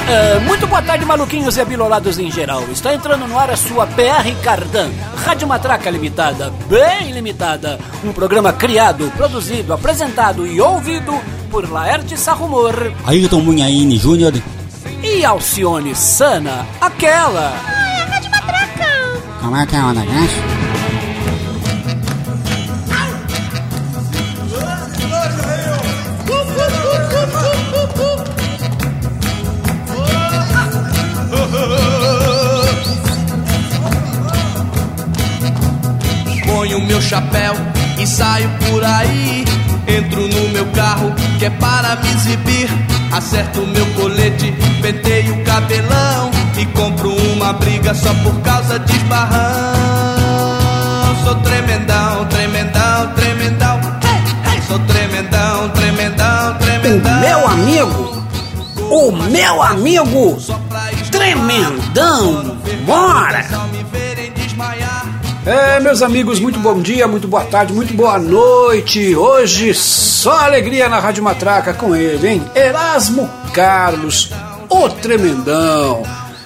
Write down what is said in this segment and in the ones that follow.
Muito boa tarde, maluquinhos e abilolados em geral. Está entrando no ar a sua PR Cardan, Rádio Matraca Limitada, bem limitada. Um programa criado, produzido, apresentado e ouvido por Laerte Sarrumor, Ayrton Munhaine Júnior e Alcione Sana, aquela. Ai, a Rádio Matraca. Como é que é o negócio? Ponho meu chapéu e saio por aí. Entro no meu carro que é para me exibir. Acerto meu colete, penteio o cabelão e compro uma briga só por causa de esbarrão. Sou tremendão, tremendão, tremendão. Sou tremendão, tremendão, tremendão. O meu amigo, tremendão, bora! Meus amigos, muito bom dia, muito boa tarde, muito boa noite. Hoje só alegria na Rádio Matraca com ele, hein? Erasmo Carlos, o tremendão.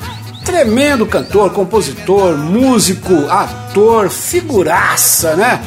Tremendo cantor, compositor, músico, ator, figuraça, né?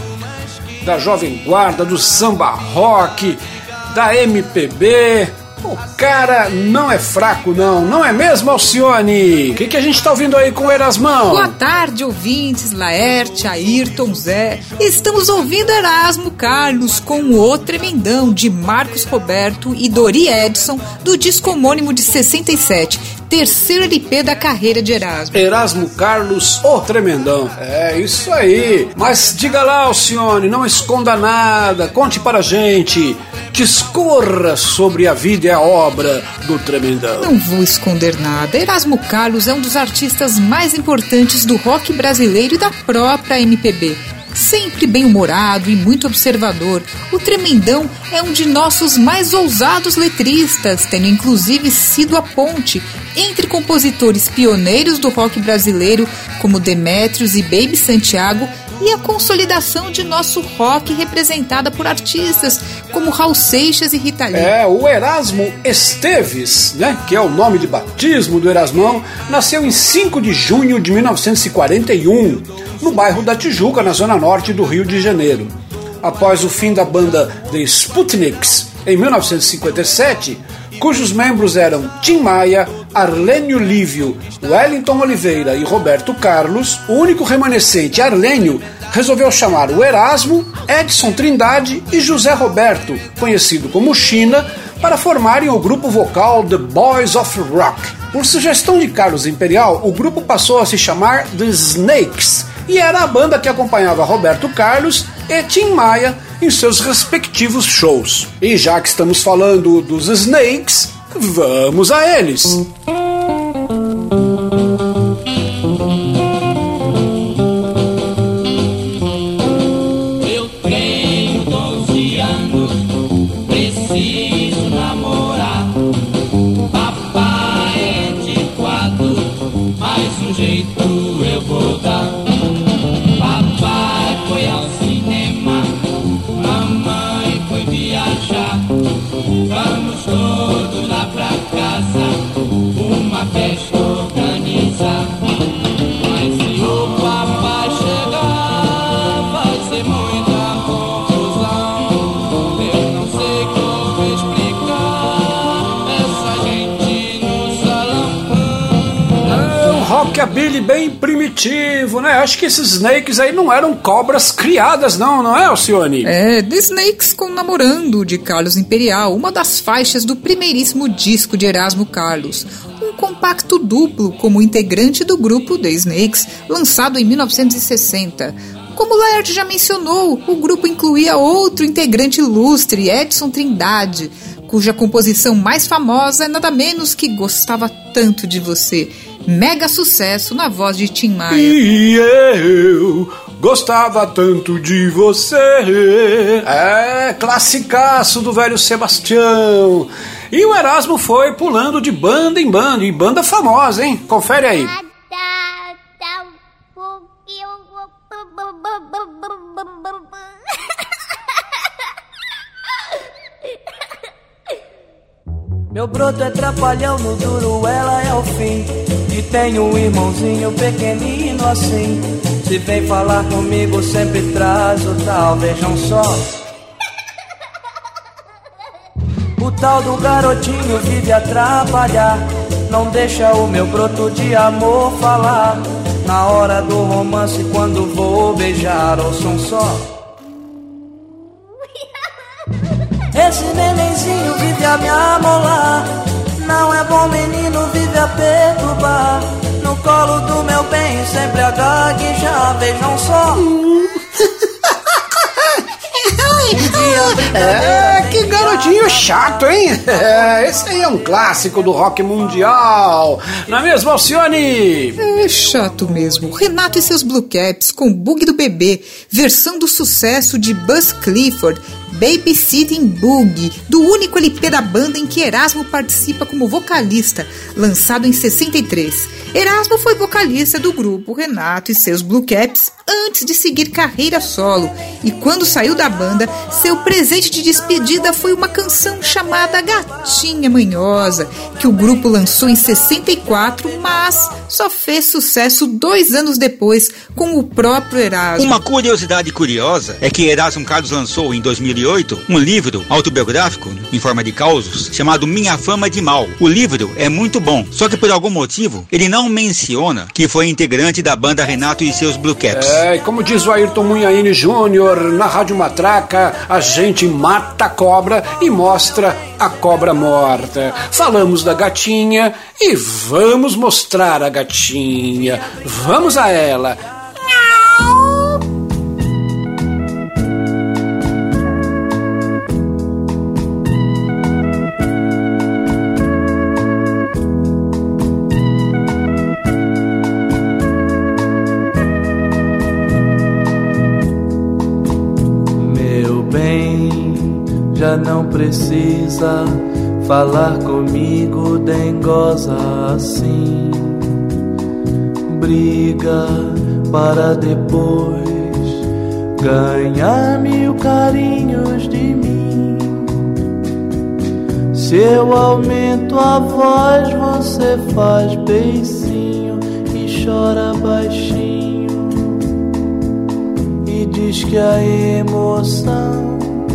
Da Jovem Guarda, do samba rock, da MPB. O cara não é fraco, não é mesmo, Alcione? O que a gente tá ouvindo aí com o Erasmão? Boa tarde, ouvintes, Laerte, Ayrton, Zé. Estamos ouvindo Erasmo Carlos com o Tremendão, de Marcos Roberto e Dori Edson, do disco homônimo de 67, terceiro LP da carreira de Erasmo. Erasmo Carlos, o Tremendão. É isso aí. Mas diga lá, Alcione, não esconda nada, conte para a gente, discorra sobre a vida e a obra do Tremendão. Não vou esconder nada. Erasmo Carlos é um dos artistas mais importantes do rock brasileiro e da própria MPB. Sempre bem-humorado e muito observador, o Tremendão é um de nossos mais ousados letristas, tendo inclusive sido a ponte entre compositores pioneiros do rock brasileiro, como Demétrios e Baby Santiago, e a consolidação de nosso rock representada por artistas como Raul Seixas e Rita Lee. O Erasmo Esteves, né, que é o nome de batismo do Erasmão, nasceu em 5 de junho de 1941, no bairro da Tijuca, na zona norte do Rio de Janeiro. Após o fim da banda The Sputniks, em 1957, cujos membros eram Tim Maia, Arlênio Lívio, Wellington Oliveira e Roberto Carlos, o único remanescente, Arlênio, resolveu chamar o Erasmo, Edson Trindade e José Roberto, conhecido como China, para formarem o grupo vocal The Boys of Rock. Por sugestão de Carlos Imperial, o grupo passou a se chamar The Snakes, e era a banda que acompanhava Roberto Carlos e Tim Maia em seus respectivos shows. E já que estamos falando dos Snakes, vamos a eles! Eu tenho 12 anos, preciso namorar. Papai é antiquado, mas um jeito eu vou dar. Papai foi ao cinema, mamãe foi viajar. Vamos todos lá pra casa, uma festa organizar. Mas se o papai chegar, vai ser muita confusão. Eu não sei como explicar essa gente no salão. Um rockabilly bem primitivo, né? Acho que esses Snakes aí não eram cobras criadas, não é, Alcione? The Snakes com Namorando, de Carlos Imperial, uma das faixas do primeiríssimo disco de Erasmo Carlos. Um compacto duplo como integrante do grupo The Snakes, lançado em 1960. Como o Laerte já mencionou, o grupo incluía outro integrante ilustre, Edson Trindade, cuja composição mais famosa é nada menos que Gostava Tanto de Você, mega sucesso na voz de Tim Maia. E eu gostava tanto de você. Classicaço do velho Sebastião. E o Erasmo foi pulando de banda em banda, e banda famosa, hein? Confere aí. Meu broto é trapalhão, no duro ela é o fim. E tenho um irmãozinho pequenino assim. Se vem falar comigo sempre traz o tal, vejam só. O tal do garotinho vive a atrapalhar. Não deixa o meu broto de amor falar. Na hora do romance quando vou beijar, ouçam só. Esse nenenzinho vive a me amolar. Não é bom menino, vive a perturbar. No colo do meu bem sempre a gaguejar, vejam só. Que garotinho chato, hein? Esse aí é um clássico do rock mundial. Não é mesmo, Alcione? É chato mesmo. Renato e seus Blue Caps com Boogie do Bebê, versão do sucesso de Buzz Clifford, Babysitting Boogie, do único LP da banda em que Erasmo participa como vocalista, lançado em 63. Erasmo foi vocalista do grupo Renato e seus Blue Caps antes de seguir carreira solo, e quando saiu da banda, seu presente de despedida foi uma canção chamada Gatinha Manhosa, que o grupo lançou em 64, mas só fez sucesso 2 anos depois com o próprio Erasmo. Uma curiosidade curiosa é que Erasmo Carlos lançou em 2008 um livro autobiográfico em forma de causos chamado Minha Fama de Mal. O livro é muito bom, só que por algum motivo ele não menciona que foi integrante da banda Renato e seus Blue Caps. Como diz o Ayrton Munhaine Júnior na Rádio Matraca, a gente mata a cobra e mostra a cobra morta. Falamos da gatinha e vamos mostrar a gatinha. Vamos a ela. Já não precisa falar comigo dengosa assim. Briga para depois ganhar 1000 carinhos de mim. Se eu aumento a voz, você faz beicinho e chora baixinho e diz que a emoção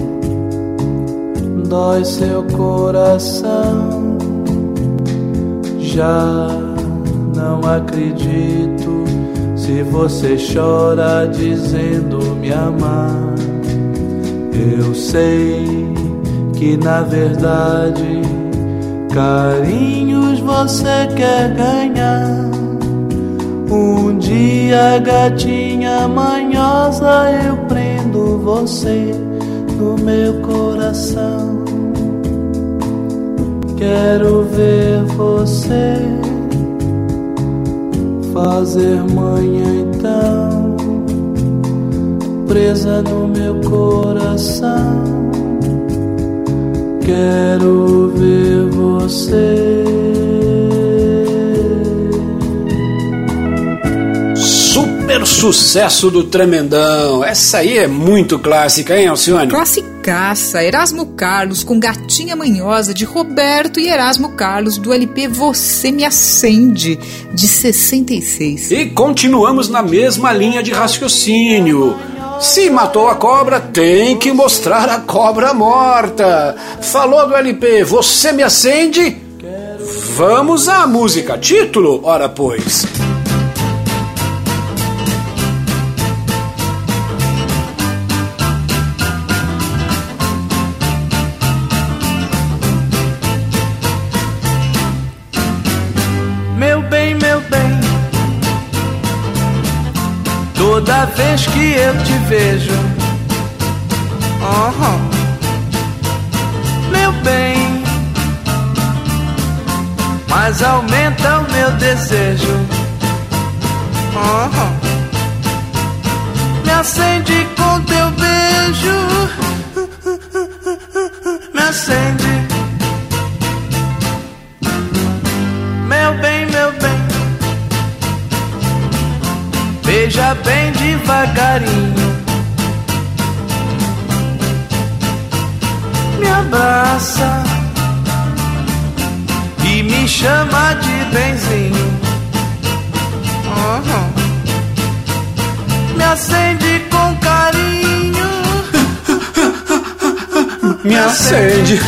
dói seu coração. Já não acredito se você chora dizendo me amar. Eu sei que na verdade carinhos você quer ganhar. Um dia, gatinha manhosa, eu prendo você no meu coração. Quero ver você fazer manhã então, presa no meu coração. Quero ver você. Super sucesso do Tremendão. Essa aí é muito clássica, hein, Alcione? Classicaça. Erasmo Carlos com Gatinha Manhosa, de Roberto e Erasmo Carlos, do LP Você Me Acende, de 66. E continuamos na mesma linha de raciocínio. Se matou a cobra, tem que mostrar a cobra morta. Falou do LP Você Me Acende? Vamos à música título, ora pois. Toda vez que eu te vejo, meu bem, mas aumenta o meu desejo. Me acende com teu beijo, me acende, meu bem, meu bem. Beija bem devagarinho, me abraça, chama de benzinho. Me acende com carinho. Me acende.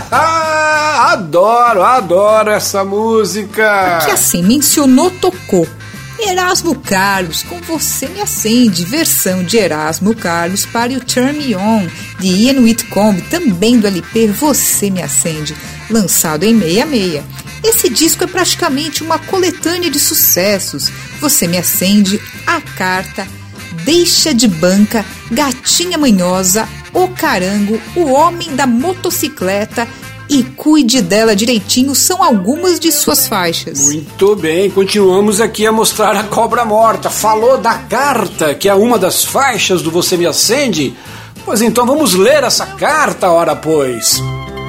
Adoro essa música. Que assim, mencionou, tocou. Erasmo Carlos, com Você Me Acende, versão de Erasmo Carlos para o Turn Me On, de Ian Whitcomb, também do LP Você Me Acende, lançado em 66. Esse disco é praticamente uma coletânea de sucessos. Você Me Acende, A Carta, Deixa de Banca, Gatinha Manhosa, O Carango, O Homem da Motocicleta e Cuide Dela Direitinho são algumas de suas faixas. Muito bem, continuamos aqui a mostrar a Cobra Morta. Falou da Carta, que é uma das faixas do Você Me Acende? Pois então vamos ler essa carta, ora pois.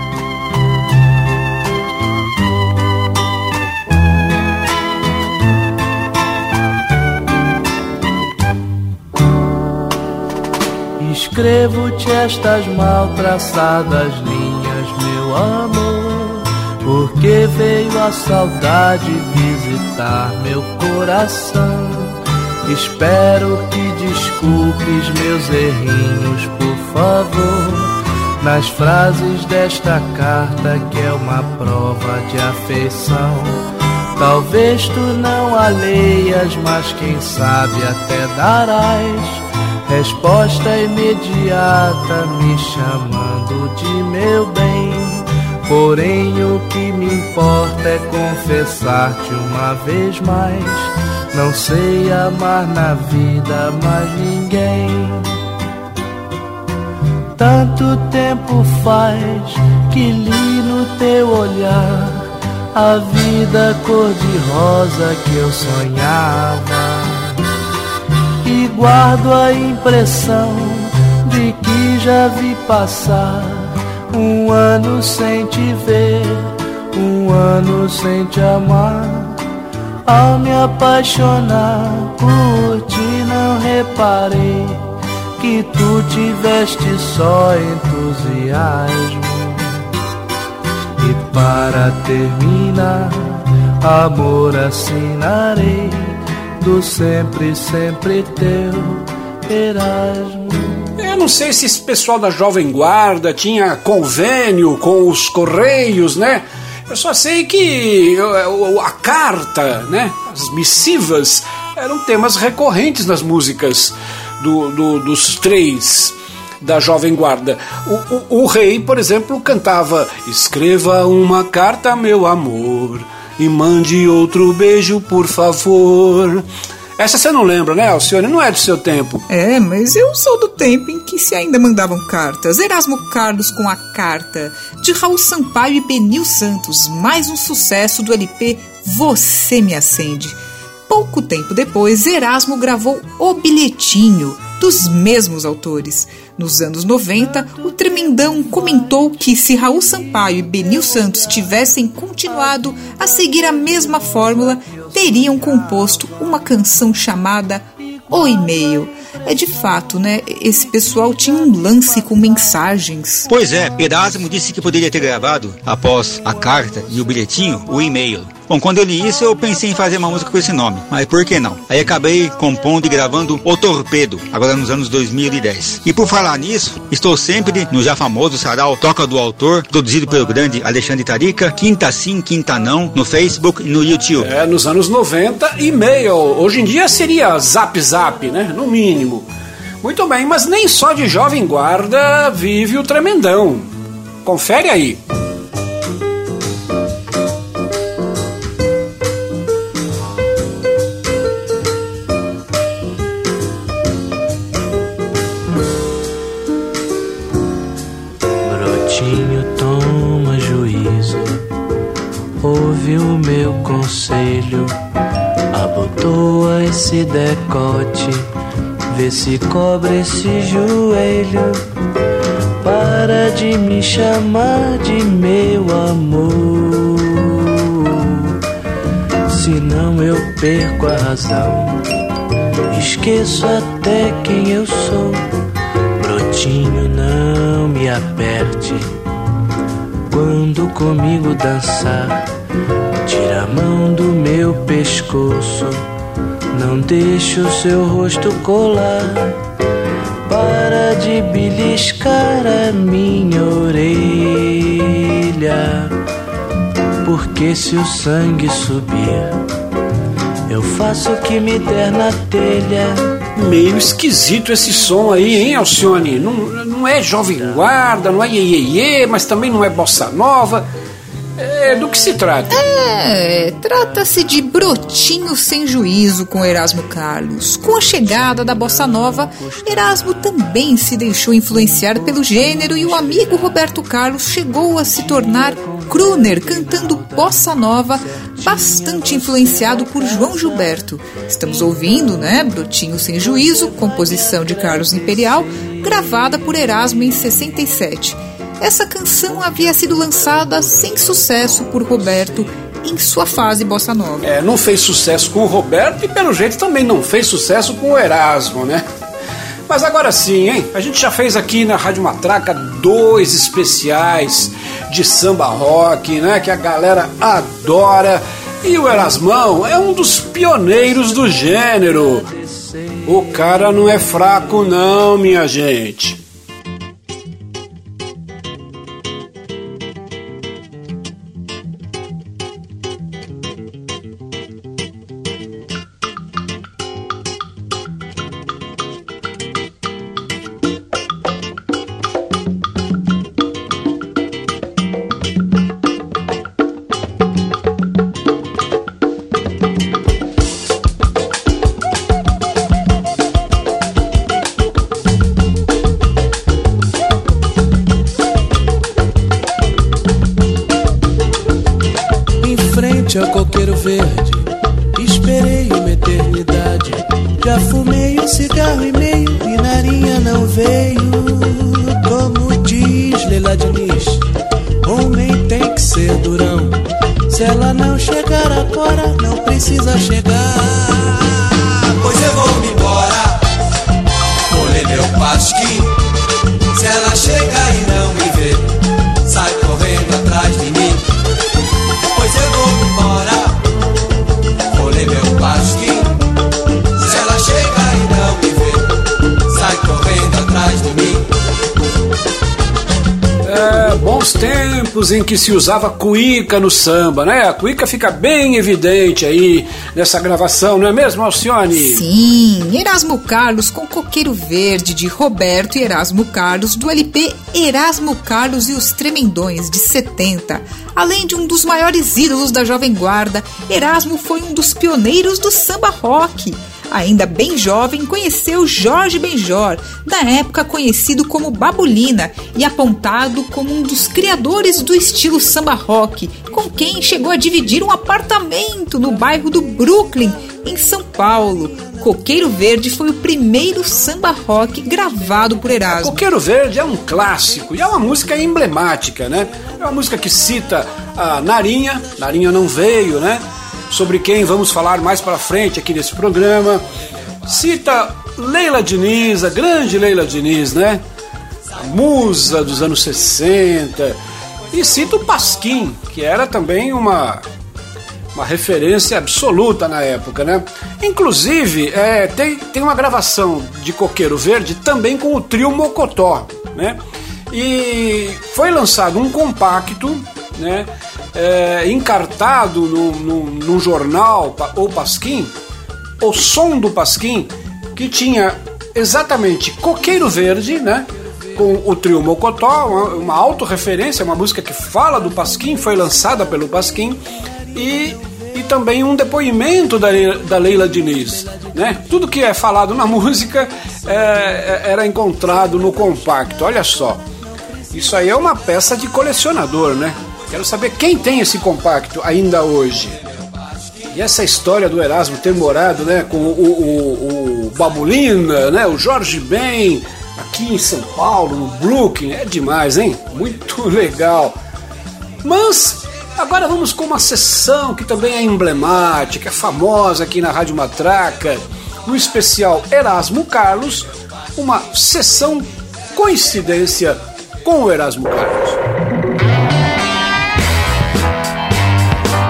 Escrevo-te estas mal traçadas linhas, meu amor, porque veio a saudade visitar meu coração. Espero que desculpes meus errinhos, por favor, nas frases desta carta que é uma prova de afeição. Talvez tu não a leias, mas quem sabe até darás resposta imediata me chamando de meu bem. Porém o que me importa é confessar-te uma vez mais: não sei amar na vida mais ninguém. Tanto tempo faz que li no teu olhar a vida cor-de-rosa que eu sonhava, e guardo a impressão de que já vi passar um ano sem te ver, um ano sem te amar. Ao me apaixonar por ti não reparei que tu tiveste só entusiasmo. E para terminar, amor assinarei do sempre, sempre teu Erasmo. Eu não sei se esse pessoal da Jovem Guarda tinha convênio com os Correios, né? Eu só sei que a carta, né? As missivas eram temas recorrentes nas músicas dos três da Jovem Guarda. O rei, por exemplo, cantava: escreva uma carta, meu amor, e mande outro beijo, por favor. Essa você não lembra, né, Alcione? Não é do seu tempo. É, mas eu sou do tempo em que se ainda mandavam cartas. Erasmo Carlos com A Carta, de Raul Sampaio e Benil Santos, mais um sucesso do LP Você Me Acende. Pouco tempo depois, Erasmo gravou O Bilhetinho, dos mesmos autores. Nos anos 90, o Tremendão comentou que se Raul Sampaio e Benil Santos tivessem continuado a seguir a mesma fórmula, teriam composto uma canção chamada O E-mail. É de fato, né? Esse pessoal tinha um lance com mensagens. Pois é, Erasmo disse que poderia ter gravado, após A Carta e O Bilhetinho, o E-mail. Bom, quando eu li isso, eu pensei em fazer uma música com esse nome, mas por que não? Aí acabei compondo e gravando O Torpedo, agora nos anos 2010. E por falar nisso, estou sempre no já famoso sarau Toca do Autor, produzido pelo grande Alexandre Tarica, quinta sim, quinta não, no Facebook e no YouTube. É, nos anos 90, e-mail. Hoje em dia seria Zap Zap, né? No mínimo. Muito bem, mas nem só de Jovem Guarda vive o Tremendão. Confere aí. Toma juízo, ouve o meu conselho, abotoa esse decote, vê se cobre esse joelho, para de me chamar de meu amor, senão eu perco a razão, esqueço até quem eu sou. Brotinho, não me aperte quando comigo dançar, Tira a mão do meu pescoço, não deixe o seu rosto colar. Para de beliscar a minha orelha, porque se o sangue subir, eu faço o que me der na telha. Meio esquisito esse som aí, hein, Alcione? Não é Jovem Guarda, não é iê, mas também não é bossa nova. Do que se trata? Trata-se de Brotinho Sem Juízo com Erasmo Carlos. Com a chegada da bossa nova, Erasmo também se deixou influenciar pelo gênero e o amigo Roberto Carlos chegou a se tornar crooner, cantando bossa nova, bastante influenciado por João Gilberto. Estamos ouvindo, Brotinho Sem Juízo, composição de Carlos Imperial, gravada por Erasmo em 67. Essa canção havia sido lançada sem sucesso por Roberto em sua fase bossa nova. Não fez sucesso com o Roberto e pelo jeito também não fez sucesso com o Erasmo, né? Mas agora sim, hein? A gente já fez aqui na Rádio Matraca 2 especiais de samba rock, né? Que a galera adora. E o Erasmão é um dos pioneiros do gênero. O cara não é fraco não, minha gente. Ao coqueiro verde, esperei uma eternidade. Já fumei um cigarro e meio e narinha não veio. Como diz Leila Diniz, homem tem que ser durão. Se ela não chegar agora, não precisa chegar. Pois eu vou-me embora, vou ler meu pasquim. Se ela chegar e não me ver, sai correndo atrás de mim. Pois eu vou-me embora, vou ler meu pasquim. Se ela chegar e não me ver, sai correndo atrás de mim. Bons tempos em que se usava cuíca no samba, né? A cuíca fica bem evidente aí nessa gravação, não é mesmo, Alcione? Sim, Erasmo Carlos com Coqueiro Verde, de Roberto e Erasmo Carlos, do LP Erasmo Carlos e os Tremendões, de 70. Além de um dos maiores ídolos da Jovem Guarda, Erasmo foi um dos pioneiros do samba rock. Ainda bem jovem, conheceu Jorge Benjor, na época conhecido como Babulina e apontado como um dos criadores do estilo samba rock, com quem chegou a dividir um apartamento no bairro do Brooklyn, em São Paulo. Coqueiro Verde foi o primeiro samba rock gravado por Erasmo. Coqueiro Verde é um clássico e é uma música emblemática, né? É uma música que cita a Narinha não veio, né? Sobre quem vamos falar mais pra frente aqui nesse programa. Cita Leila Diniz, a grande Leila Diniz, né? A musa dos anos 60. E cita o Pasquim, que era também uma referência absoluta na época, né? Inclusive, tem uma gravação de Coqueiro Verde também com o trio Mocotó, né? E foi lançado um compacto, né? Encartado num jornal, o Pasquim, o som do Pasquim, que tinha exatamente Coqueiro Verde, né, com o trio Mocotó, uma autorreferência, uma música que fala do Pasquim, foi lançada pelo Pasquim, e também um depoimento da Leila Diniz, né? Tudo que é falado na música era encontrado no compacto. Olha só, isso aí é uma peça de colecionador, né? Quero saber quem tem esse compacto ainda hoje. E essa história do Erasmo ter morado, né, com o Babulina, né, o Jorge Ben, aqui em São Paulo, no Brooklyn, é demais, hein? Muito legal. Mas agora vamos com uma sessão que também é emblemática, é famosa aqui na Rádio Matraca, no especial Erasmo Carlos, uma sessão coincidência com o Erasmo Carlos.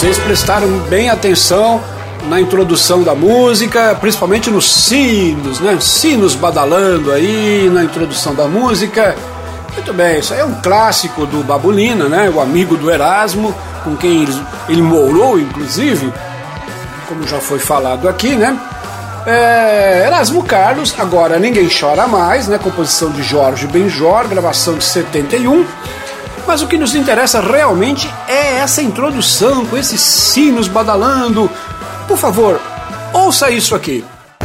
vocês prestaram bem atenção na introdução da música, principalmente nos sinos, né? Sinos badalando aí na introdução da música. Muito bem, isso aí é um clássico do Babulina, né? O amigo do Erasmo, com quem ele morou, inclusive, como já foi falado aqui, né? Erasmo Carlos, Agora Ninguém Chora Mais, né? Composição de Jorge Benjor, gravação de 71. Mas o que nos interessa realmente é essa introdução, com esses sinos badalando. Por favor, ouça isso aqui.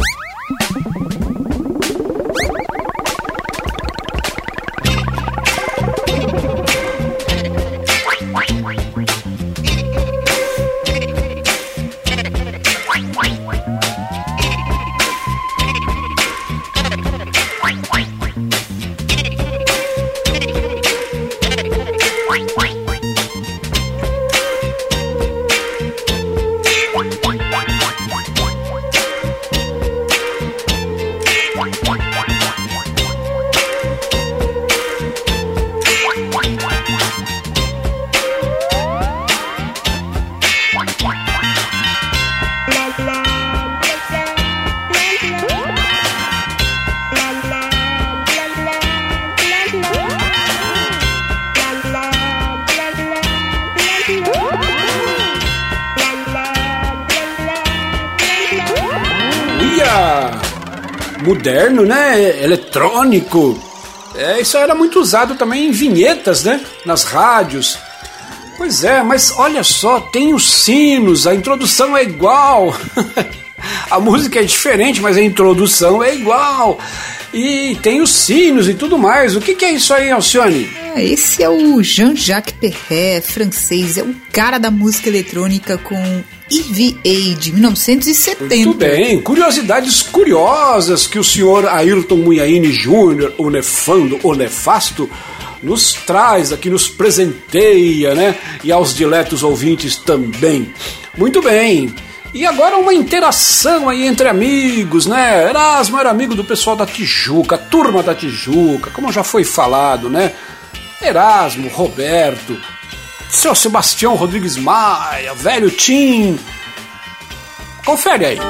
Moderno, né? Eletrônico. Isso era muito usado também em vinhetas, né? Nas rádios. Pois é, mas olha só, tem os sinos, a introdução é igual. A música é diferente, mas a introdução é igual. E tem os sinos e tudo mais. O que é isso aí, Alcione? Esse é o Jean-Jacques Perret, francês. É o cara da música eletrônica com EVA, de 1970. Muito bem. Curiosidades curiosas que o senhor Ayrton Munhaine Jr., o nefando, o nefasto, nos traz aqui, nos presenteia, né? E aos diletos ouvintes também. Muito bem. E agora uma interação aí entre amigos, né? Erasmo era amigo do pessoal da Tijuca, a turma da Tijuca, como já foi falado, né? Erasmo, Roberto, seu Sebastião Rodrigues Maia, velho Tim. Confere aí.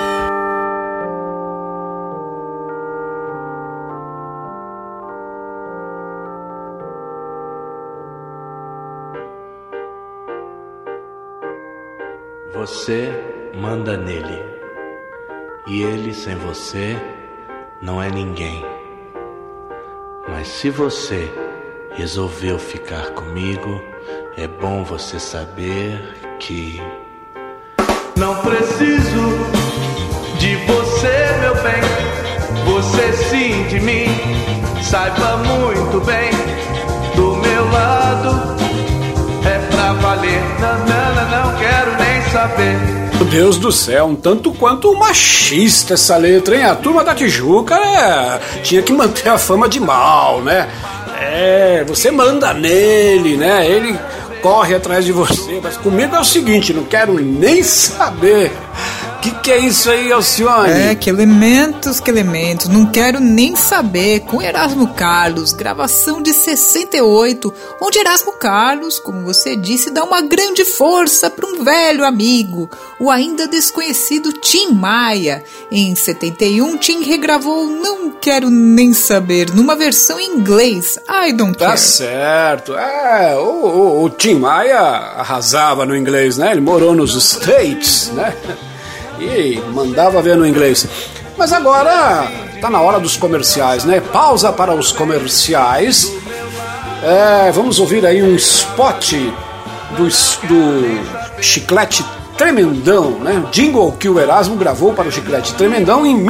Você manda nele, e ele sem você não é ninguém. Mas se você resolveu ficar comigo, é bom você saber que não preciso de você, meu bem. Você sim de mim. Saiba muito bem, do meu lado é pra valer. Não quero nem saber. Meu Deus do céu, um tanto quanto machista essa letra, hein? A turma da Tijuca tinha que manter a fama de mal, né? Você manda nele, né? Ele corre atrás de você, mas comigo é o seguinte, não quero nem saber. Que é isso aí, Alcione? Que elementos, não quero nem saber. Com Erasmo Carlos, gravação de 68, onde Erasmo Carlos, como você disse, dá uma grande força para um velho amigo, o ainda desconhecido Tim Maia. Em 71, Tim regravou Não Quero Nem Saber, numa versão em inglês, I Don't Care. Tá certo. O Tim Maia arrasava no inglês, né? Ele morou nos States, né? E mandava ver no inglês. Mas agora tá na hora dos comerciais, né? Pausa para os comerciais. Vamos ouvir aí um spot do Chiclete Tremendão, né? Jingle que o Erasmo gravou para o Chiclete Tremendão em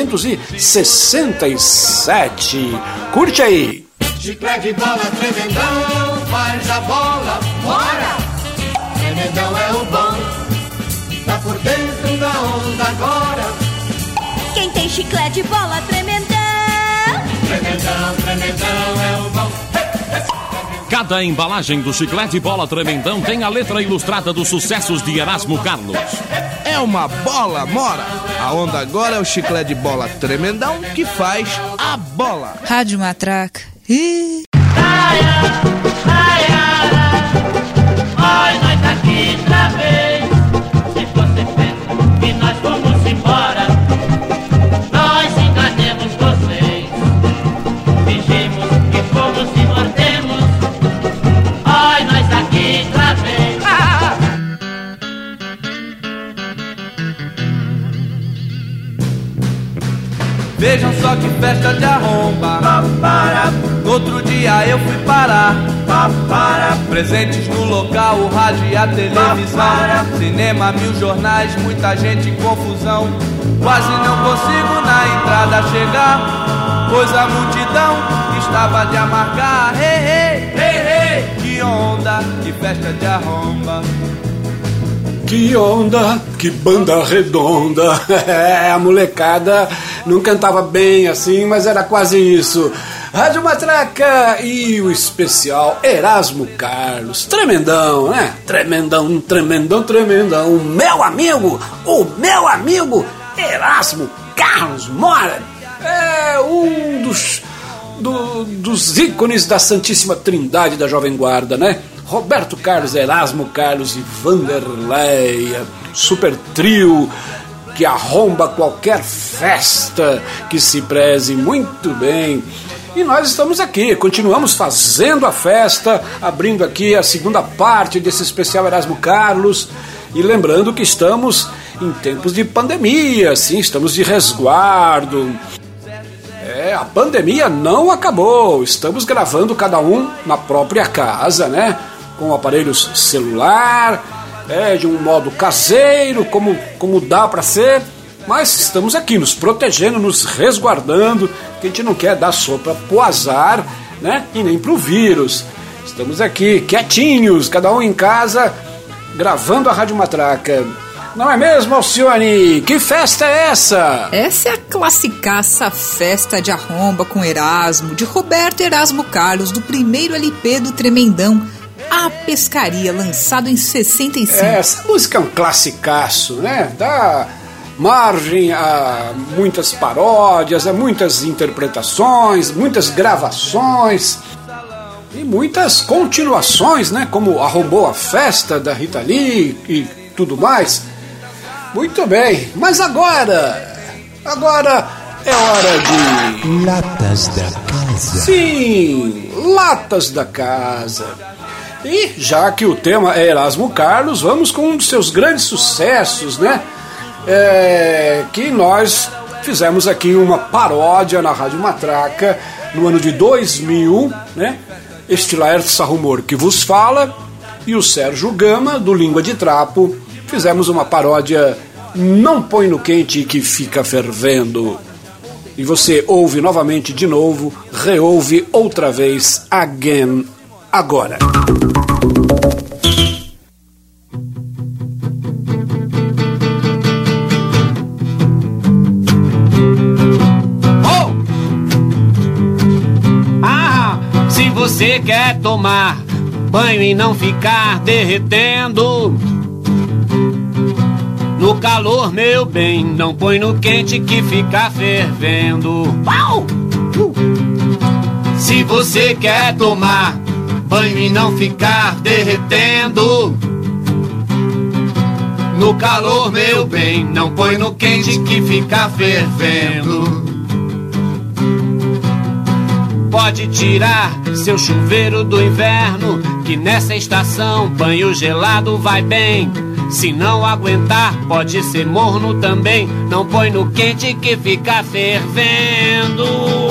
1967. Curte aí. Chiclete, bola, tremendão, faz a bola, bora! Tremendão é o bom. Tá por dentro da onda agora. Quem tem chiclete, bola, tremendão. Tremendão é o bom. Cada embalagem do Chiclete Bola Tremendão tem a letra ilustrada dos sucessos de Erasmo Carlos. É uma bola, mora. A onda agora é o Chiclete Bola Tremendão que faz a bola. Rádio Matraca. Ai, nós tá aqui outra vez. Vejam só que festa de arromba. No outro dia eu fui parar. Presentes no local, o rádio e a televisão. Cinema, 1000 jornais, muita gente em confusão. Quase não consigo na entrada chegar, pois a multidão estava de amargar. Hey, hey, hey, hey. Que onda, que festa de arromba. Que onda, que banda redonda. A molecada não cantava bem assim, mas era quase isso. Rádio Matraca e o especial Erasmo Carlos. Tremendão, né? Tremendão, tremendão, tremendão. O meu amigo Erasmo Carlos Mora é um dos ícones da Santíssima Trindade da Jovem Guarda, né? Roberto Carlos, Erasmo Carlos e Vanderleia, super trio que arromba qualquer festa que se preze muito bem. E nós estamos aqui, continuamos fazendo a festa, abrindo aqui a segunda parte desse especial Erasmo Carlos. E lembrando que estamos em tempos de pandemia, sim, estamos de resguardo. A pandemia não acabou, estamos gravando cada um na própria casa, né? Com aparelhos celular, de um modo caseiro, como dá para ser, mas estamos aqui nos protegendo, nos resguardando, que a gente não quer dar sopa pro azar, né? E nem pro vírus. Estamos aqui quietinhos, cada um em casa, gravando a Rádio Matraca. Não é mesmo, Alcione? Que festa é essa? Essa é a classicaça Festa de Arromba com Erasmo, de Roberto Erasmo Carlos, do primeiro LP do Tremendão, A Pescaria, lançado em 65. Essa música é um classicaço, né? Dá margem a muitas paródias, a muitas interpretações, muitas gravações e muitas continuações, né? Como Arrombou a Festa, da Rita Lee e tudo mais. Muito bem, mas agora é hora de... Latas da Casa. Sim, Latas da Casa. E já que o tema é Erasmo Carlos, vamos com um dos seus grandes sucessos, né? Que nós fizemos aqui uma paródia na Rádio Matraca no ano de 2000, né? Este Laerte Sarrumor que vos fala e o Sérgio Gama, do Língua de Trapo, fizemos uma paródia Não Põe no Quente que Fica Fervendo. E você ouve novamente de novo, reouve outra vez, again, agora. Se você quer tomar banho e não ficar derretendo no calor, meu bem, não põe no quente que fica fervendo. Se você quer tomar banho e não ficar derretendo no calor, meu bem, não põe no quente que fica fervendo. Pode tirar seu chuveiro do inverno, que nessa estação banho gelado vai bem. Se não aguentar, pode ser morno também. Não põe no quente que fica fervendo.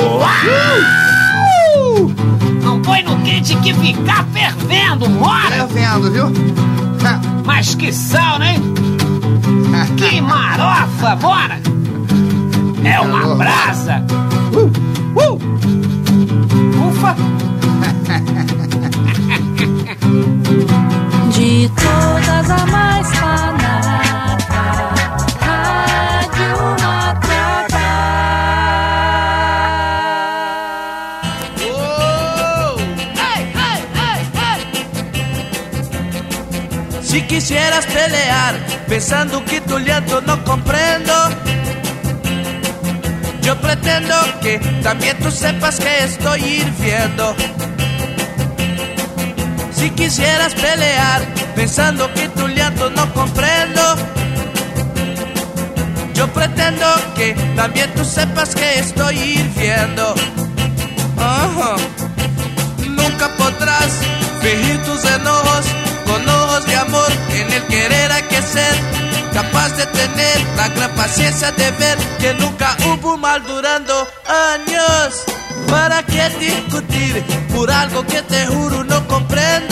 Não põe no quente que fica fervendo, mora! Fervendo, viu? Mas que sal, né? Que marofa, bora! É uma brasa! Ufa! De todas a mais fanática, Rádio Matraca. Si quisieras pelear, pensando que tu llanto no comprendo, yo pretendo que también tú sepas que estoy hirviendo. Si quisieras pelear, pensando que tu llanto no comprendo, yo pretendo que también tú sepas que estoy hirviendo. Nunca podrás fingir tus enojos con ojos de amor. En el querer hay que ser capaz de tener la gran paciencia de ver que nunca hubo mal durando años. ¿Para qué discutir por algo que te juro no comprendo?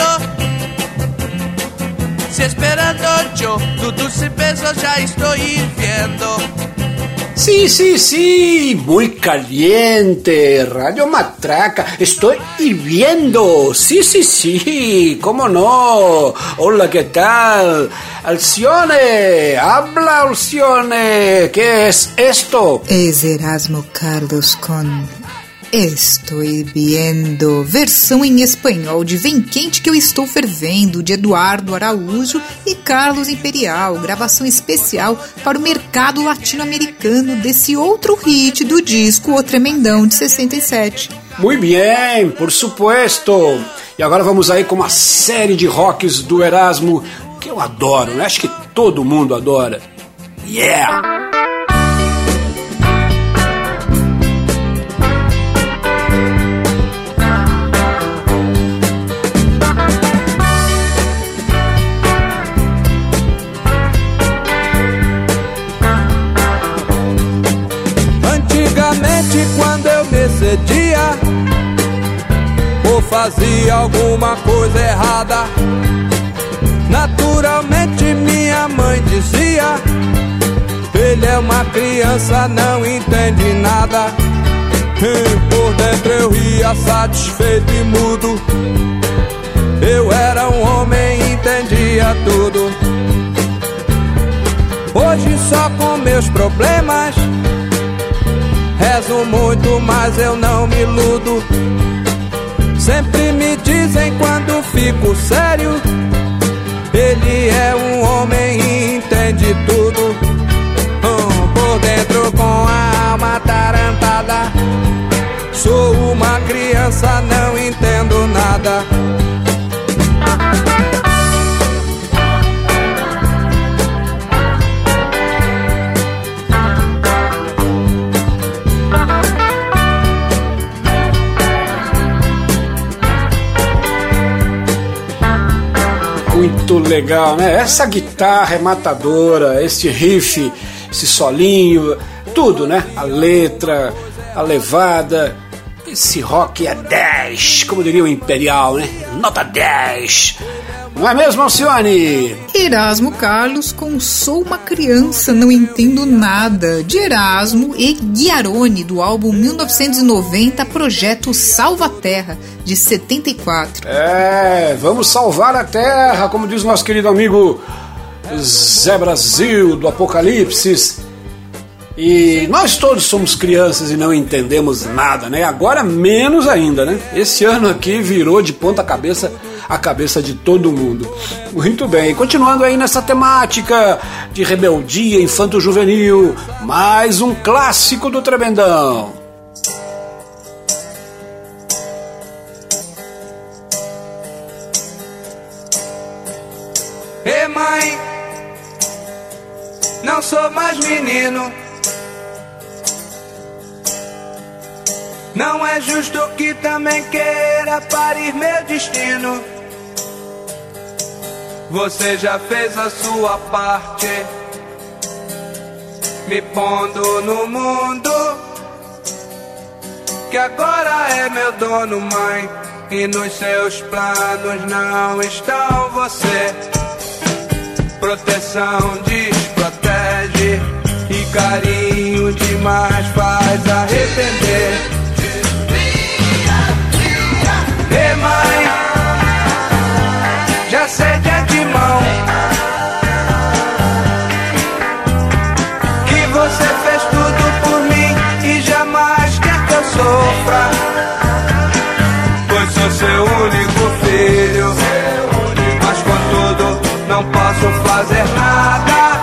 Si esperando yo tu dulce beso ya estoy hirviendo. Sí, sí, sí, muy caliente, Radio Matraca, estoy hirviendo, sí, sí, sí, cómo no. Hola, ¿qué tal? Alcione, habla Alcione, ¿qué es esto? Es Erasmo Carlos con Estou Hirviendo, versão em espanhol de Vem Quente Que Eu Estou Fervendo, de Eduardo Araújo e Carlos Imperial, gravação especial para o mercado latino-americano desse outro hit do disco O Tremendão, de 67. Muito bem, por supuesto. E agora vamos aí com uma série de rocks do Erasmo que eu adoro, né? Acho que todo mundo adora. Yeah! Quando eu me excedia ou fazia alguma coisa errada, naturalmente minha mãe dizia: ele é uma criança, não entende nada. E por dentro eu ria satisfeito e mudo. Eu era um homem e entendia tudo. Hoje só com meus problemas rezo muito, mas eu não me iludo. Sempre me dizem quando fico sério: ele é um homem e entende tudo. Por dentro com a alma atarantada, sou uma criança, não entendo nada. Muito legal, né? Essa guitarra é matadora, esse riff, esse solinho, tudo, né? A letra, a levada, esse rock é 10, como diria o Imperial, né? Nota 10. Não é mesmo, Alcione? Erasmo Carlos com Sou Uma Criança, Não Entendo Nada, de Erasmo e Ghiaroni, do álbum 1990, Projeto Salva a Terra, de 74. Vamos salvar a Terra, como diz nosso querido amigo Zé Brasil, do Apocalipse. E nós todos somos crianças e não entendemos nada, né? Agora menos ainda, né? Esse ano aqui virou de ponta cabeça a cabeça de todo mundo. Muito bem, continuando aí nessa temática de rebeldia infanto-juvenil, mais um clássico do Tremendão. Ei, mãe, não sou mais menino. Não é justo que também queira parir meu destino. Você já fez a sua parte, me pondo no mundo, que agora é meu dono, mãe. E nos seus planos não estão você. Proteção desprotege e carinho demais faz arrepender. Ei, mãe, já sei de antemão que você fez tudo por mim e jamais quer que eu sofra, pois sou seu único filho. Mas contudo não posso fazer nada.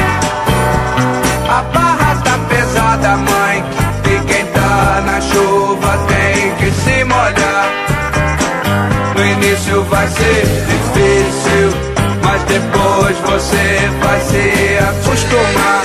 A barra tá pesada, mãe, e quem tá na chuva tem que se molhar. No início vai ser difícil, mas depois você vai se acostumar.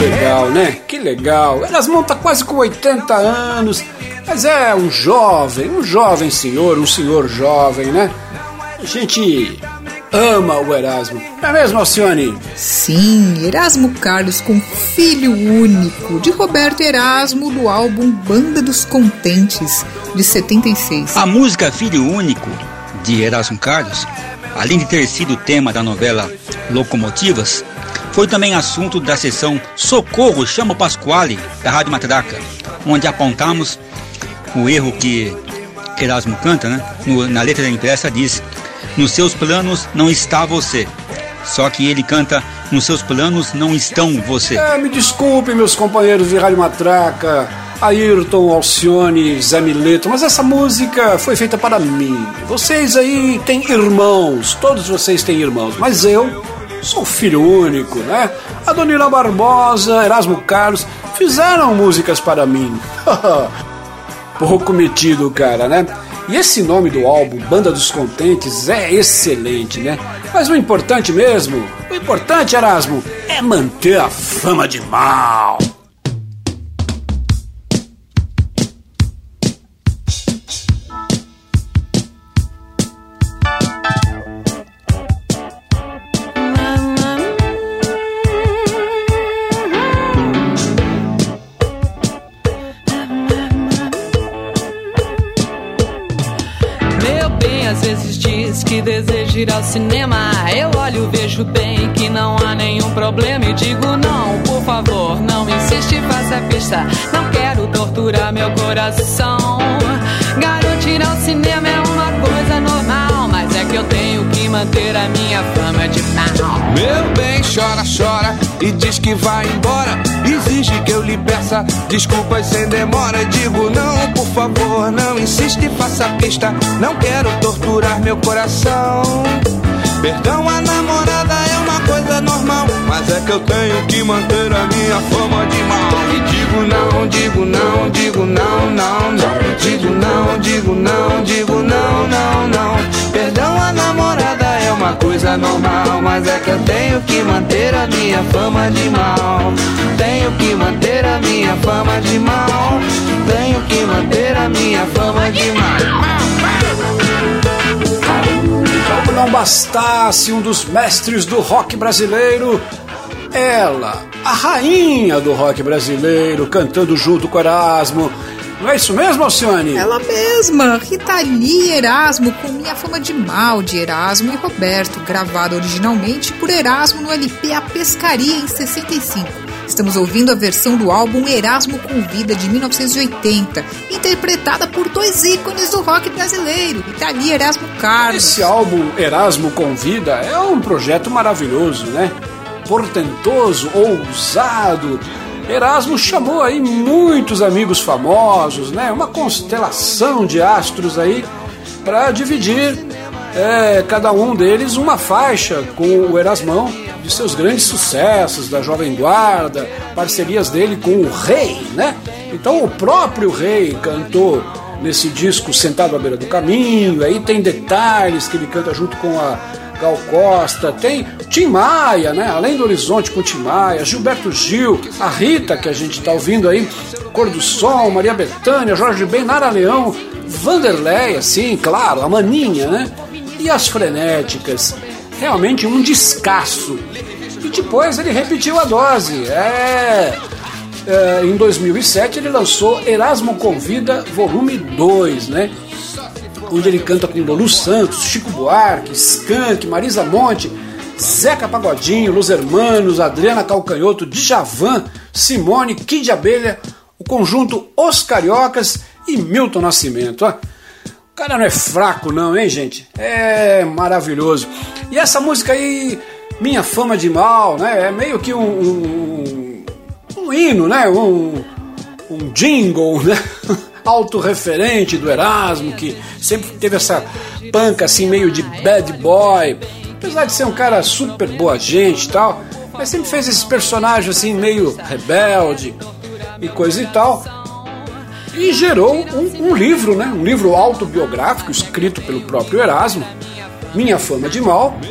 legal, né? Que legal. Erasmão tá quase com 80 anos, mas é um jovem senhor, um senhor jovem, né? A gente ama o Erasmo, não é mesmo, Alcione? Sim, Erasmo Carlos com Filho Único, de Roberto Erasmo, do álbum Banda dos Contentes, de 76. A música Filho Único, de Erasmo Carlos, além de ter sido tema da novela Locomotivas, foi também assunto da sessão Socorro, Chama o Pasquale, da Rádio Matraca, onde apontamos o erro que Erasmo canta, né? Na letra da impressa diz: nos seus planos não está você. Só que ele canta: nos seus planos não estão você. Me desculpem, meus companheiros de Rádio Matraca, Ayrton, Alcione, Zé Mileto, mas essa música foi feita para mim. Vocês aí têm irmãos, todos vocês têm irmãos, mas eu sou filho único, né? A Dona Ira Barbosa, Erasmo Carlos fizeram músicas para mim. Pouco metido, cara, né? E esse nome do álbum, Banda dos Contentes, é excelente, né? Mas o importante mesmo, o importante, Erasmo, é manter a fama de mal. Que deseja ir ao cinema, eu olho, vejo bem que não há nenhum problema e digo não, por favor, não insiste, faça pista, não quero torturar meu coração. Garoto, ir ao cinema é uma coisa normal, mas é que eu tenho que manter a minha fama de mal. Meu bem, chora, chora e diz que vai embora, exige que eu lhe peça desculpas sem demora. Digo não, por favor, não insiste, faça pista, não quero torturar meu coração. Perdão, a namorada é uma coisa normal, mas é que eu tenho que manter a minha fama de mal. E digo não, digo não, digo não, não, não. Digo não, digo não, digo não, não, não. Perdão, a namorada é uma coisa normal, mas é que eu tenho que manter a minha fama de mal. Tenho que manter a minha fama de mal. Tenho que manter a minha fama de mal. Como não bastasse um dos mestres do rock brasileiro, ela, a rainha do rock brasileiro, cantando junto com Erasmo. Não é isso mesmo, Alcione? Ela mesma, Rita Lee Erasmo, com Minha Fama de Mal, de Erasmo e Roberto, gravada originalmente por Erasmo no LP A Pescaria, em 65. Estamos ouvindo a versão do álbum Erasmo Convida, de 1980, interpretada por dois ícones do rock brasileiro, Rita Lee e Erasmo Carlos. Esse álbum Erasmo Convida é um projeto maravilhoso, né? Portentoso, ousado. Erasmo chamou aí muitos amigos famosos, né? Uma constelação de astros aí para dividir cada um deles uma faixa com o Erasmão de seus grandes sucessos, da Jovem Guarda, parcerias dele com o Rei, né? Então o próprio Rei cantou nesse disco Sentado à Beira do Caminho, aí tem detalhes que ele canta junto com a Gal Costa, tem Tim Maia, né? Além do Horizonte com Tim Maia, Gilberto Gil, a Rita, que a gente está ouvindo aí, Cor do Sol, Maria Bethânia, Jorge Ben, Nara Leão, Vanderleia, sim, claro, a Maninha, né? E as Frenéticas. Realmente um descasso. E depois ele repetiu a dose. Em 2007 ele lançou Erasmo Convida Volume 2, né? Onde ele canta com Lulu Santos, Chico Buarque, Skank, Marisa Monte, Zeca Pagodinho, Los Hermanos, Adriana Calcanhoto, Djavan, Simone, Kid Abelha, o conjunto Os Cariocas e Milton Nascimento. O cara não é fraco não, hein, gente? É maravilhoso. E essa música aí, Minha Fama de Mal, né? É meio que um hino, né? Um jingle, né? Autorreferente do Erasmo, que sempre teve essa panca assim meio de bad boy, apesar de ser um cara super boa gente e tal, mas sempre fez esses personagens assim meio rebelde e coisa e tal, e gerou um livro, né? Um livro autobiográfico escrito pelo próprio Erasmo, Minha Fama de Mal,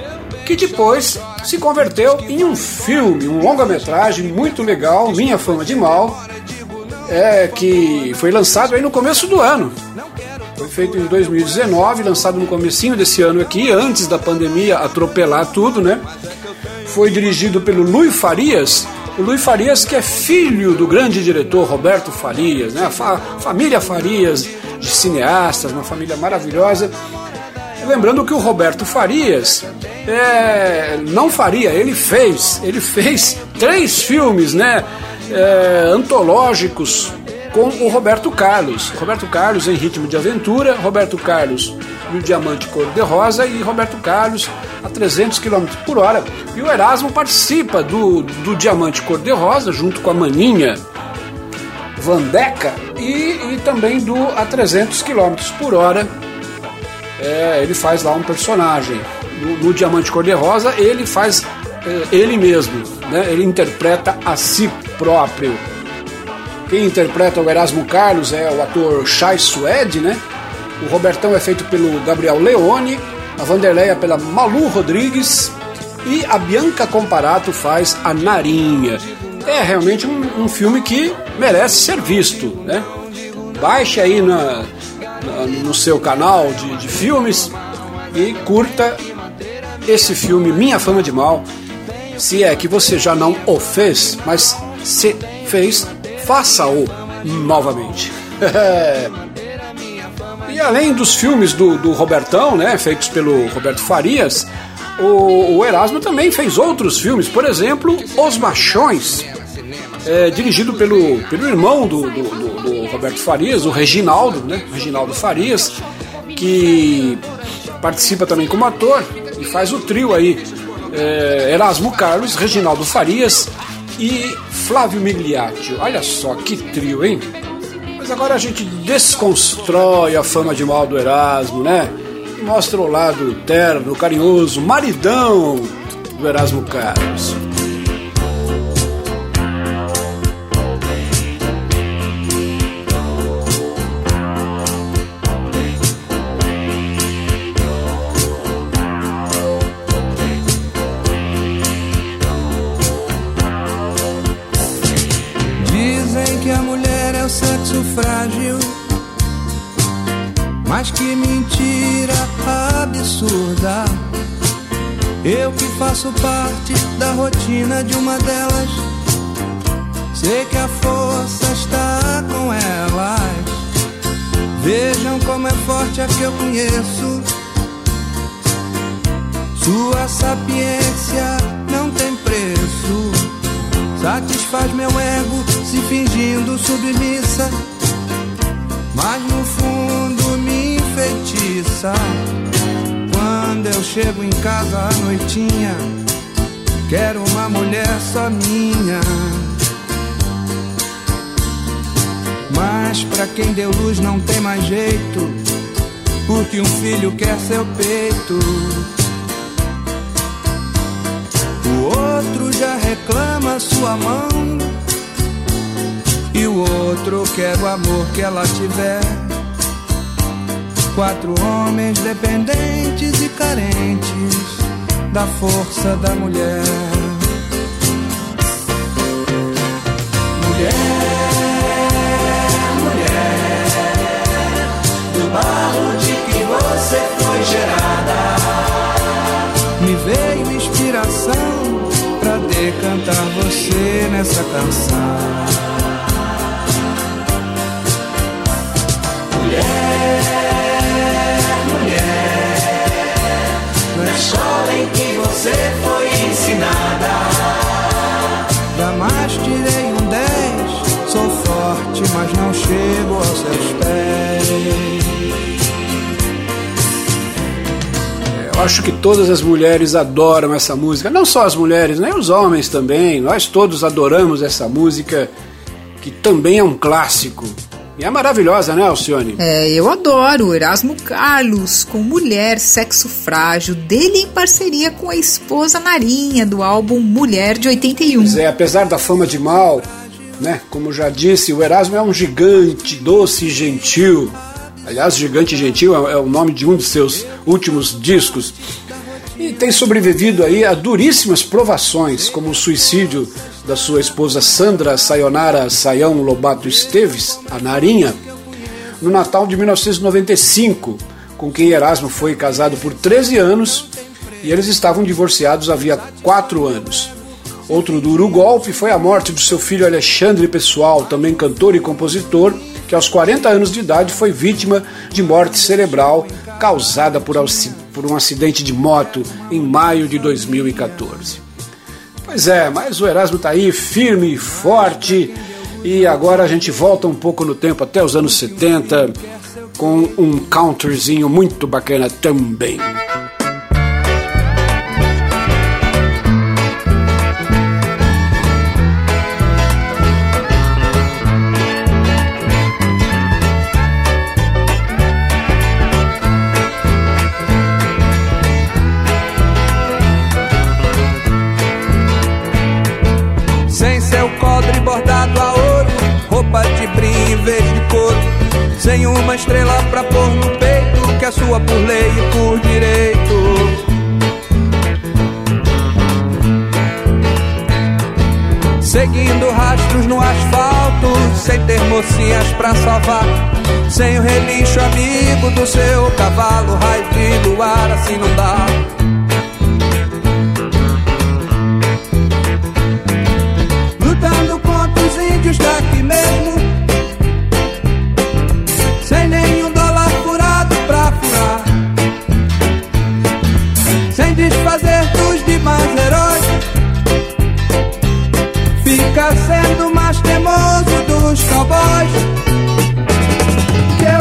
que depois se converteu em um filme, um longa-metragem muito legal, Minha Fama de Mal, que foi lançado aí no começo do ano. Foi feito em 2019, lançado no comecinho desse ano aqui, antes da pandemia atropelar tudo, né? Foi dirigido pelo Luiz Farias, o Luiz Farias que é filho do grande diretor Roberto Farias, né? A família Farias de cineastas, uma família maravilhosa. Lembrando que o Roberto Farias não faria, ele fez 3 filmes, né, antológicos com o Roberto Carlos. Roberto Carlos em Ritmo de Aventura, Roberto Carlos e o Diamante Cor-de-Rosa e Roberto Carlos a 300 km por hora. E o Erasmo participa do Diamante Cor-de-Rosa junto com a maninha Vandeca e também do a 300 km por hora. Ele faz lá um personagem. No Diamante Cor-de-Rosa ele faz ele mesmo, né? Ele interpreta a si próprio. Quem interpreta o Erasmo Carlos é o ator Chay Suede, né? O Robertão é feito pelo Gabriel Leone, a Vanderleia pela Malu Rodrigues e a Bianca Comparato faz a Narinha. É realmente um filme que merece ser visto, né? Baixe aí no seu canal de filmes e curta esse filme Minha Fama de Mal. Se é que você já não o fez, mas se fez, faça-o novamente. E além dos filmes do Robertão, né, feitos pelo Roberto Farias, o Erasmo também fez outros filmes. Por exemplo, Os Machões, dirigido pelo irmão do Roberto Farias, o Reginaldo, né, Reginaldo Farias, que participa também como ator e faz o trio aí, Erasmo Carlos, Reginaldo Farias e Flávio Migliaccio. Olha só que trio, hein? Mas agora a gente desconstrói a fama de mal do Erasmo, né? E mostra o lado terno, carinhoso, maridão do Erasmo Carlos. Frágil, mas que mentira absurda. Eu que faço parte da rotina de uma delas, sei que a força está com elas. Vejam como é forte a que eu conheço. Sua sapiência não tem preço, satisfaz meu ego se fingindo submissa, mas no fundo me enfeitiça. Quando eu chego em casa à noitinha, quero uma mulher só minha. Mas pra quem deu luz não tem mais jeito, porque um filho quer seu peito. O outro já reclama sua mão, e o outro quer o amor que ela tiver. 4 homens dependentes e carentes da força da mulher. Mulher, mulher, do barro de que você foi gerada, me veio inspiração pra decantar você nessa canção. Mulher, na escola em que você foi ensinada, jamais tirei um 10, sou forte, mas não chego aos seus pés. Eu acho que todas as mulheres adoram essa música, não só as mulheres, nem os homens também, nós todos adoramos essa música, que também é um clássico. E é maravilhosa, né, Alcione? Eu adoro Erasmo Carlos, com Mulher, Sexo Frágil, dele em parceria com a esposa Narinha, do álbum Mulher, de 81. Pois é, apesar da fama de mal, né, como já disse, o Erasmo é um gigante, doce e gentil. Aliás, Gigante e Gentil é o nome de um de seus últimos discos. e tem sobrevivido aí a duríssimas provações, como o suicídio da sua esposa Sandra Sayonara Sayão Lobato Esteves, a Narinha, no Natal de 1995, com quem Erasmo foi casado por 13 anos e eles estavam divorciados havia 4 anos. Outro duro golpe foi a morte do seu filho Alexandre Pessoal, também cantor e compositor, que aos 40 anos de idade foi vítima de morte cerebral causada por um acidente de moto em maio de 2014. Pois é, mas o Erasmo está aí firme e forte, e agora a gente volta um pouco no tempo até os anos 70 com um counterzinho muito bacana também. Sem seu cobre bordado a ouro, roupa de brim em vez de couro, sem uma estrela pra pôr no peito, que é sua por lei e por direito. Seguindo rastros no asfalto, sem ter mocinhas pra salvar, sem o relincho amigo do seu cavalo, raio de luar, assim não dá. Lutando contra os índios daqui mesmo, sem nenhum dólar furado pra furar, sem desfazer dos demais heróis, fica sendo mais teimoso dos cowboys. Que eu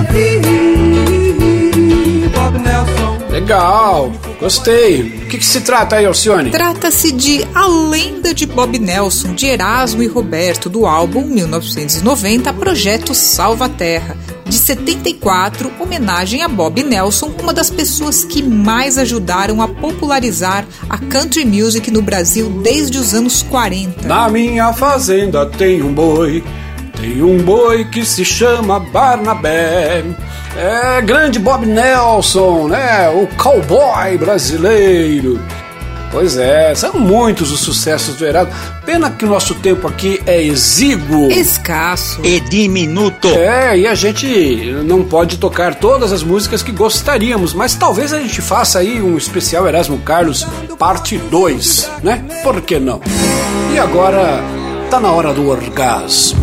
vi Bob Nelson. Legal, gostei. O que se trata aí, Alcione? Trata-se de A Lenda de Bob Nelson, de Erasmo e Roberto, do álbum 1990, Projeto Salva Terra, de 74, homenagem a Bob Nelson, uma das pessoas que mais ajudaram a popularizar a country music no Brasil desde os anos 40. Na minha fazenda tem um boi que se chama Barnabé. É, grande Bob Nelson, né? O cowboy brasileiro. Pois é, são muitos os sucessos do Erasmo. Pena que o nosso tempo aqui é exíguo, escasso e diminuto. É, e a gente não pode tocar todas as músicas que gostaríamos, mas talvez a gente faça aí um especial Erasmo Carlos parte 2, né? Por que não? E agora tá na hora do orgasmo.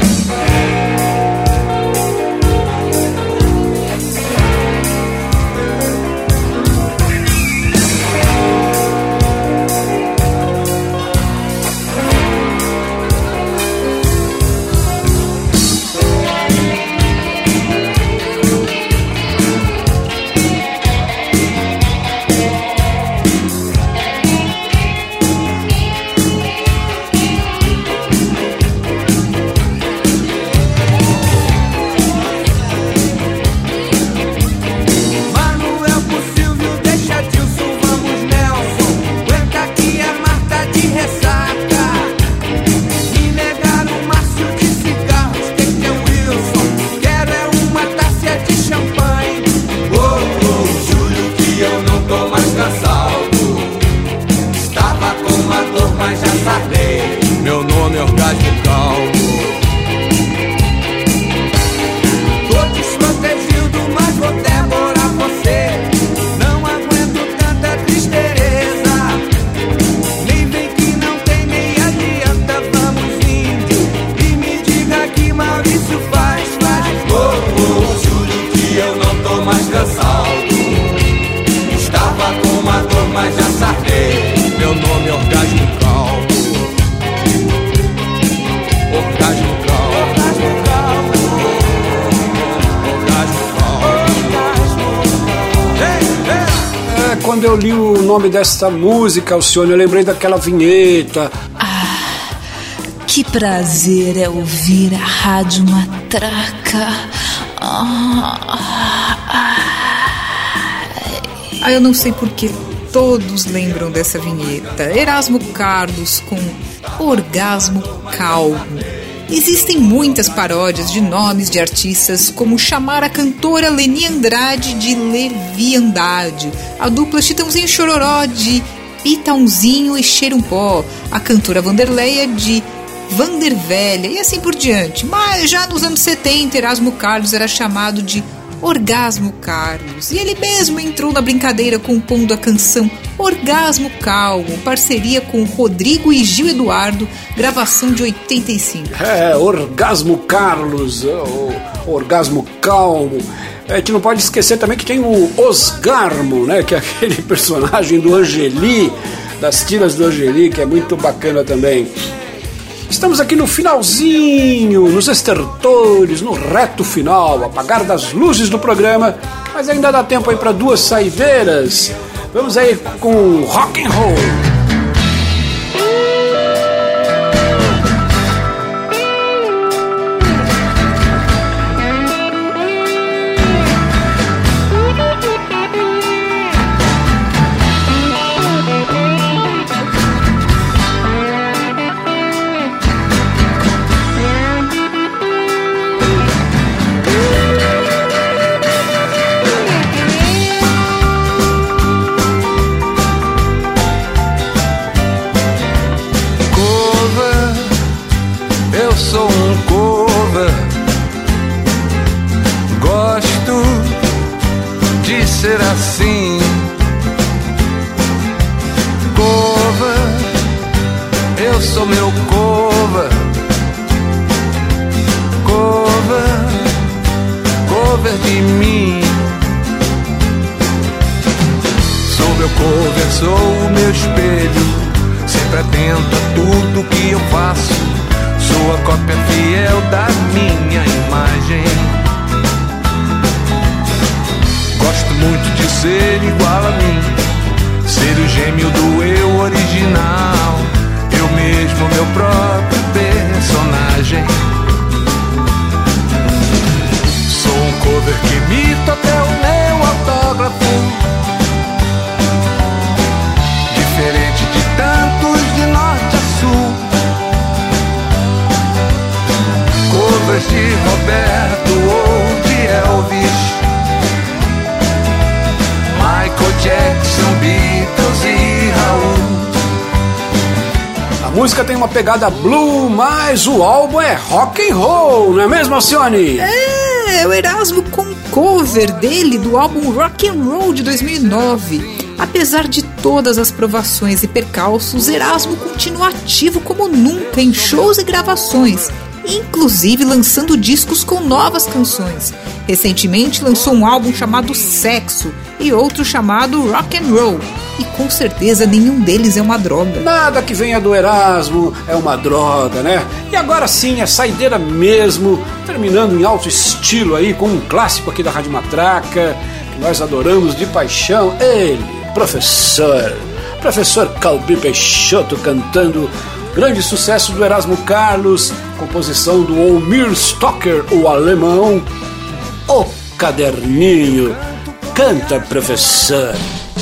Quando eu li o nome dessa música, Alcione, eu lembrei daquela vinheta. Ah, que prazer é ouvir a Rádio Matraca. Eu não sei por que todos lembram dessa vinheta. Erasmo Carlos com Orgasmo Calmo. Existem muitas paródias de nomes de artistas, como chamar a cantora Leni Andrade de Leviandade, a dupla Chitãozinho e Chororó de Pitãozinho e Xerumpó, a cantora Vanderleia de Vandervelha e assim por diante. Mas já nos anos 70, Erasmo Carlos era chamado de Orgasmo Carlos, e ele mesmo entrou na brincadeira compondo a canção Orgasmo Calmo, parceria com Rodrigo e Gil Eduardo, gravação de 85. Orgasmo Carlos, Orgasmo Calmo. A gente não pode esquecer também que tem o Osgarmo, né, que é aquele personagem do Angeli, das tiras do Angeli, que é muito bacana também. Estamos aqui no finalzinho, nos estertores, no reto final, apagar das luzes do programa, mas ainda dá tempo aí para 2 saideiras. Vamos aí com rock and roll. Ser assim, cover, eu sou meu cover, cover de mim. Sou meu cover, sou o meu espelho, sempre atento a tudo que eu faço. Sou a cópia fiel da minha imagem. Gosto muito de ser igual a mim, ser o gêmeo do eu original, eu mesmo, meu próprio personagem. Sou um cover que imita até o meu autógrafo, diferente de tantos de norte a sul. Covers de Roberto ou de Elvis, Michael Jackson, Beatles e Raul. A música tem uma pegada blue, mas o álbum é rock and roll, não é mesmo, Alcione? É, o Erasmo com cover dele do álbum Rock and Roll de 2009. Apesar de todas as provações e percalços, Erasmo continua ativo como nunca em shows e gravações, inclusive lançando discos com novas canções. Recentemente lançou um álbum chamado Sexo e outro chamado Rock and Roll, e com certeza nenhum deles é uma droga. Nada que venha do Erasmo é uma droga, né? E agora sim, a saideira mesmo, terminando em alto estilo aí com um clássico aqui da Rádio Matraca, que nós adoramos de paixão, ele, professor Calbi Peixoto, cantando grande sucesso do Erasmo Carlos, composição do Olmir Stocker, o alemão, O Caderninho. Canta, professor.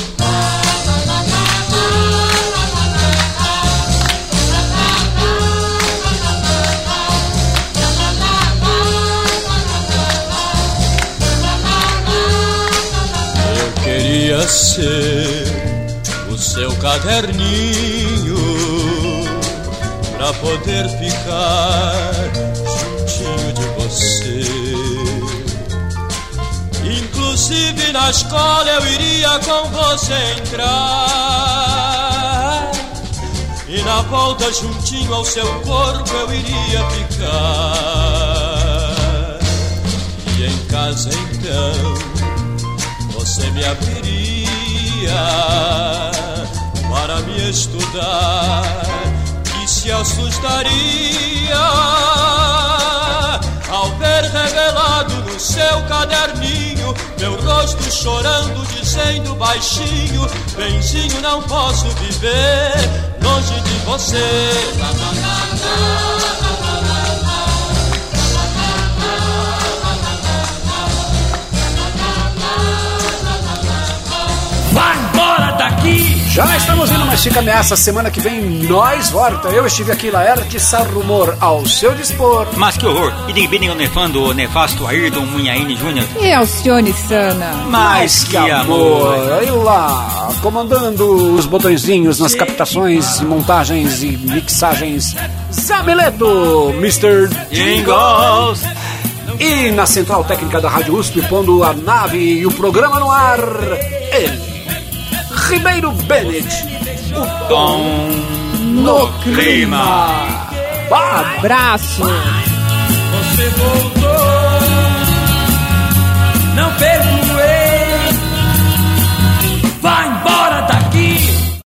Eu queria ser o seu caderninho pra poder ficar juntinho de você. Inclusive na escola eu iria com você entrar, e na volta juntinho ao seu corpo eu iria ficar. E em casa então você me abriria para me estudar e se assustaria ao ver revelado no seu caderninho meu rosto chorando, dizendo baixinho: benzinho, não posso viver longe de você. Vai embora daqui! Já está Estamos indo, mas fica ameaça. Semana que vem nós volta. Eu estive aqui, Laerte Sarrumor, ao seu dispor. Mas que horror! E de bem nefando o nefasto Ayrton Munhaine Júnior. E Alcione Sana. Mas que amor! Eu lá, comandando os botõezinhos nas captações e montagens e mixagens, Zamileto, Mr. Jingles. E na central técnica da Rádio USP, pondo a nave e o programa no ar, ele, Ribeiro Bennett, o Tom no clima. Abraço. Você voltou.